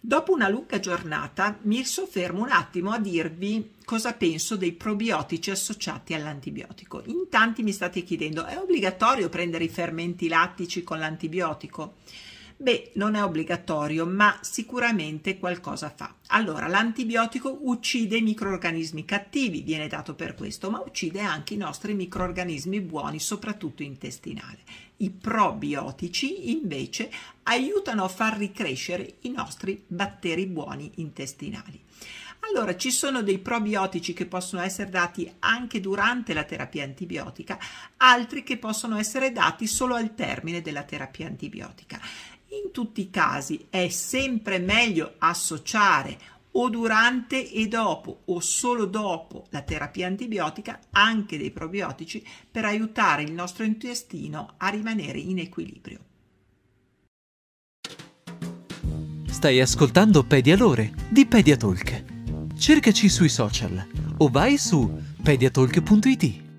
Dopo una lunga giornata mi soffermo un attimo a dirvi cosa penso dei probiotici associati all'antibiotico. In tanti mi state chiedendo: è obbligatorio prendere i fermenti lattici con l'antibiotico? Beh, non è obbligatorio, ma sicuramente qualcosa fa. Allora, l'antibiotico uccide i microrganismi cattivi, viene dato per questo, ma uccide anche i nostri microrganismi buoni, soprattutto intestinali. I probiotici invece aiutano a far ricrescere i nostri batteri buoni intestinali. Allora, ci sono dei probiotici che possono essere dati anche durante la terapia antibiotica, altri che possono essere dati solo al termine della terapia antibiotica. In tutti i casi è sempre meglio associare o durante e dopo o solo dopo la terapia antibiotica anche dei probiotici per aiutare il nostro intestino a rimanere in equilibrio. Stai ascoltando Pedialore di Pediatalk. Cercaci sui social o vai su pediatalk.it.